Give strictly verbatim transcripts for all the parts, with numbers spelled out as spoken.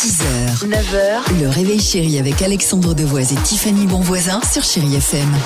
six heures, neuf heures, le réveil chéri avec Alexandre Devoise et Tiffany Bonvoisin sur Chéri F M.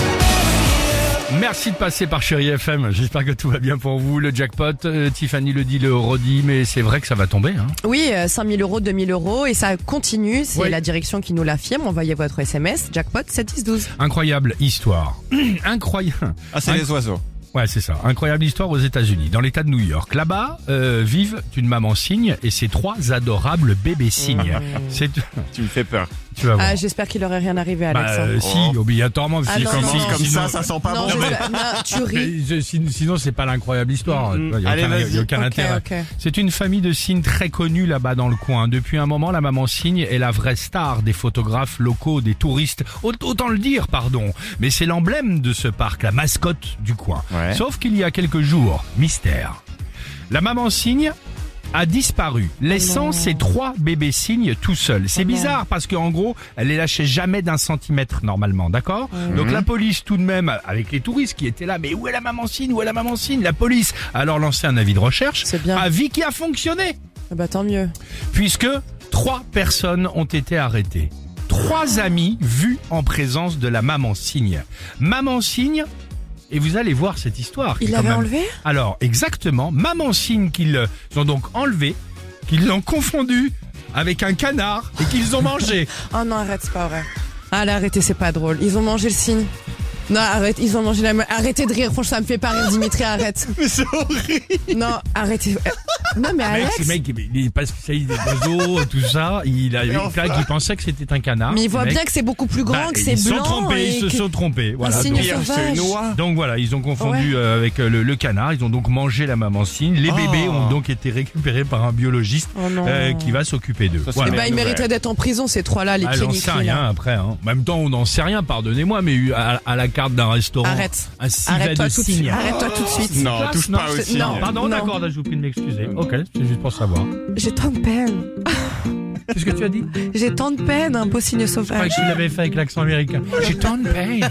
Merci de passer par Chéri F M. J'espère que tout va bien pour vous. Le jackpot, euh, Tiffany le dit, le redit, mais c'est vrai que ça va tomber. Hein. Oui, euh, cinq mille euros, deux mille euros et ça continue. C'est oui. la direction qui nous l'affirme. Envoyez votre S M S, jackpot sept dix douze. Incroyable histoire. Incroyable. Ah, c'est Inc- les oiseaux. Ouais, c'est ça. Incroyable histoire aux États-Unis, dans l'État de New York. Là-bas, euh, vivent une maman cygne et ses trois adorables bébés cygnes. C'est Tu me fais peur. tu vas voir. Ah, j'espère qu'il aurait rien arrivé à bah, Alexandre. euh, si, obligatoirement. Ah, si, non, si, non, si, non. Comme sinon- ça, ça sent pas non, bon. j'espère- non, tu ris. Mais je- sin- sinon, c'est pas l'incroyable histoire. Il y a Allez, aucun, vas-y. y a aucun Ok, intérêt. ok. C'est une famille de cygnes très connue là-bas dans le coin. Depuis un moment, la maman cygne est la vraie star des photographes locaux, des touristes. Autant le dire, pardon. Mais c'est l'emblème de ce parc, la mascotte du coin. Ouais. Sauf qu'il y a quelques jours, mystère. La maman cygne a disparu, laissant non. ses trois bébés cygnes tout seuls. C'est Oh non. bizarre parce qu'en gros, elle les lâchait jamais d'un centimètre normalement, d'accord? Donc la police tout de même, avec les touristes qui étaient là, mais où est la maman cygne? Où est la maman cygne? La police a alors lancé un avis de recherche, C'est bien. avis qui a fonctionné, Ah bah tant mieux. puisque trois personnes ont été arrêtées. Trois amis vus en présence de la maman cygne. Maman cygne, et vous allez voir cette histoire. qui Il est quand l'avait même- enlevé? Alors, exactement, maman cygne qu'ils euh, ont donc enlevé, qu'ils l'ont confondu avec un canard et qu'ils ont mangé. Oh non, arrête, c'est pas vrai. Allez, arrêtez, c'est pas drôle. Ils ont mangé le cygne. Non, arrête, ils ont mangé la... Arrêtez de rire, franchement, ça me fait pas rire, Dimitri, arrête. Mais c'est horrible. Non, arrêtez. Non, mais Mec, Alex... ce mec, il est pas spécialiste des oiseaux, tout ça. Il a eu une claque, il pensait que c'était un canard. Mais il voit le mec. bien que c'est beaucoup plus grand, Bah, que c'est ils se sont blanc. trompés, et ils se que- sont trompés. Voilà. cygne Donc, Pire, c'est sauvage. une oie. donc voilà, ils ont confondu Ouais. euh, avec euh, le, le canard. Ils ont donc mangé la maman cygne. Les Oh. bébés ont donc été récupérés par un biologiste Oh non. euh, qui va s'occuper d'eux. Ça, c'est Voilà. Eh ben, ils nouvelle. mériteraient d'être en prison, ces trois-là, les Ah, j'en Kenny sais Clean. rien après. Hein. En même temps, on n'en sait rien, pardonnez-moi, mais à, à la carte d'un restaurant, Arrête. un civet Arrête-toi de tout de suite. cygne. Arrête-toi tout de suite. Non, classe, touche non, pas c'est- aussi. non. Pardon, Non. d'accord, là, je vous prie de m'excuser. Ok, c'est juste pour savoir. J'ai tant de peine. Qu'est-ce que tu as dit? J'ai tant de peine, un beau cygne Je croyais sauvage. que tu l'avais fait avec l'accent américain. J'ai tant de peine.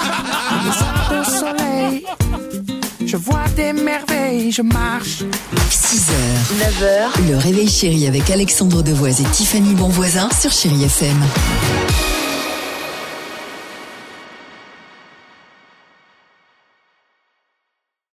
Au soleil, je vois des merveilles, je marche. six heures, neuf heures, le réveil chéri avec Alexandre Devoise et Tiffany Bonvoisin sur Chéri F M.